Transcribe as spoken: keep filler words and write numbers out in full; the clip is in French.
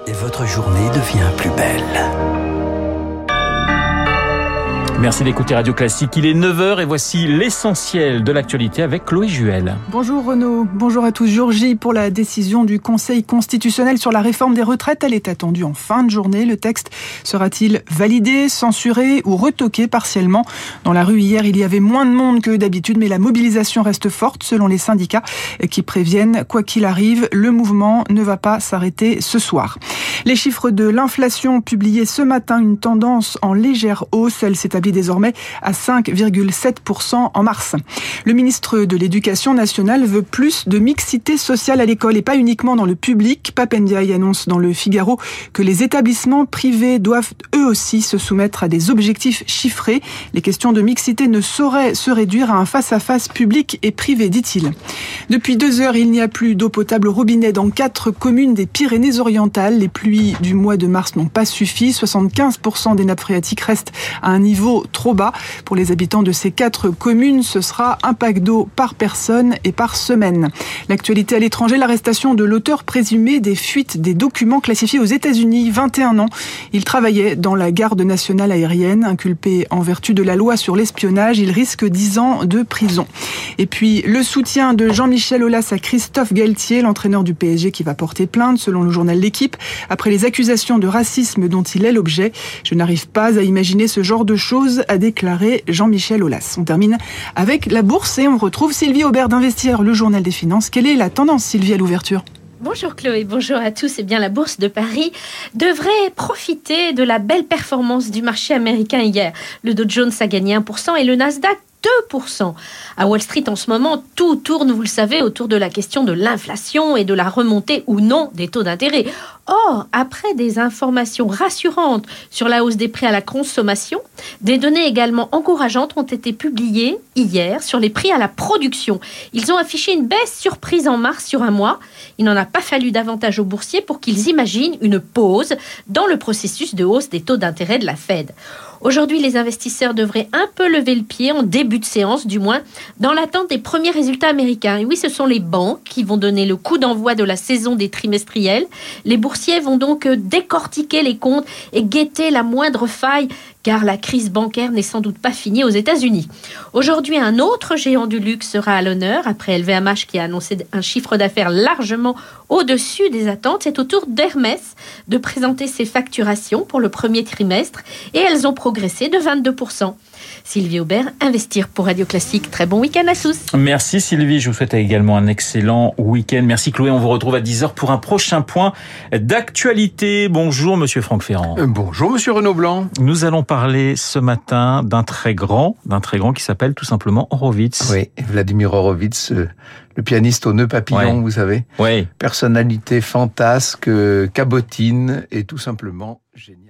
et votre journée devient plus belle. Merci d'écouter Radio Classique. Il est neuf heures et voici l'essentiel de l'actualité avec Chloé Juel. Bonjour Renaud, bonjour à tous. Jour J pour la décision du Conseil constitutionnel sur la réforme des retraites. Elle est attendue en fin de journée. Le texte sera-t-il validé, censuré ou retoqué partiellement ? Dans la rue hier, il y avait moins de monde que d'habitude, mais la mobilisation reste forte selon les syndicats qui préviennent, quoi qu'il arrive, le mouvement ne va pas s'arrêter ce soir. Les chiffres de l'inflation publiés ce matin, une tendance en légère hausse. Elle s'établit désormais à cinq virgule sept pour cent en mars. Le ministre de l'Éducation nationale veut plus de mixité sociale à l'école et pas uniquement dans le public. Pape Ndiaye annonce dans le Figaro que les établissements privés doivent eux aussi se soumettre à des objectifs chiffrés. Les questions de mixité ne sauraient se réduire à un face-à-face public et privé, dit-il. Depuis deux heures, il n'y a plus d'eau potable au robinet dans quatre communes des Pyrénées-Orientales. Les pluies du mois de mars n'ont pas suffi. soixante-quinze pour cent des nappes phréatiques restent à un niveau trop bas. Pour les habitants de ces quatre communes, ce sera un pack d'eau par personne et par semaine. L'actualité à l'étranger, l'arrestation de l'auteur présumé des fuites des documents classifiés aux États-Unis, vingt et un ans. Il travaillait dans la garde nationale aérienne, inculpé en vertu de la loi sur l'espionnage. Il risque dix ans de prison. Et puis, le soutien de Jean-Michel Aulas à Christophe Galtier, l'entraîneur du P S G qui va porter plainte, selon le journal L'Équipe, après les accusations de racisme dont il est l'objet. Je n'arrive pas à imaginer ce genre de choses, a déclaré Jean-Michel Aulas. On termine avec la bourse et on retrouve Sylvie Aubert d'Investir, le journal des finances. Quelle est la tendance, Sylvie, à l'ouverture ? Bonjour Chloé, bonjour à tous. Eh bien, la bourse de Paris devrait profiter de la belle performance du marché américain hier. Le Dow Jones a gagné un pour cent et le Nasdaq deux pour cent. À Wall Street, en ce moment, tout tourne, vous le savez, autour de la question de l'inflation et de la remontée ou non des taux d'intérêt. Or, après des informations rassurantes sur la hausse des prix à la consommation, des données également encourageantes ont été publiées hier sur les prix à la production. Ils ont affiché une baisse surprise en mars sur un mois. Il n'en a pas fallu davantage aux boursiers pour qu'ils imaginent une pause dans le processus de hausse des taux d'intérêt de la Fed. Aujourd'hui, les investisseurs devraient un peu lever le pied en début de séance, du moins, dans l'attente des premiers résultats américains. Et oui, ce sont les banques qui vont donner le coup d'envoi de la saison des trimestriels. Les boursiers vont donc décortiquer les comptes et guetter la moindre faille, car la crise bancaire n'est sans doute pas finie aux États-Unis. Aujourd'hui, un autre géant du luxe sera à l'honneur. Après L V M H qui a annoncé un chiffre d'affaires largement au-dessus des attentes, c'est au tour d'Hermès de présenter ses facturations pour le premier trimestre et elles ont progressé de vingt-deux pour cent. Sylvie Aubert, Investir pour Radio Classique. Très bon week-end à tous. Merci Sylvie, je vous souhaite également un excellent week-end. Merci Chloé, on vous retrouve à dix heures pour un prochain point d'actualité. Bonjour Monsieur Franck Ferrand. Euh, bonjour Monsieur Renaud Blanc. Nous allons parler ce matin d'un très grand, d'un très grand qui s'appelle tout simplement Horowitz. Oui, Vladimir Horowitz, euh, le pianiste aux nœuds papillons, ouais. Vous savez. Oui. Personnalité fantasque, euh, cabotine et tout simplement géniale.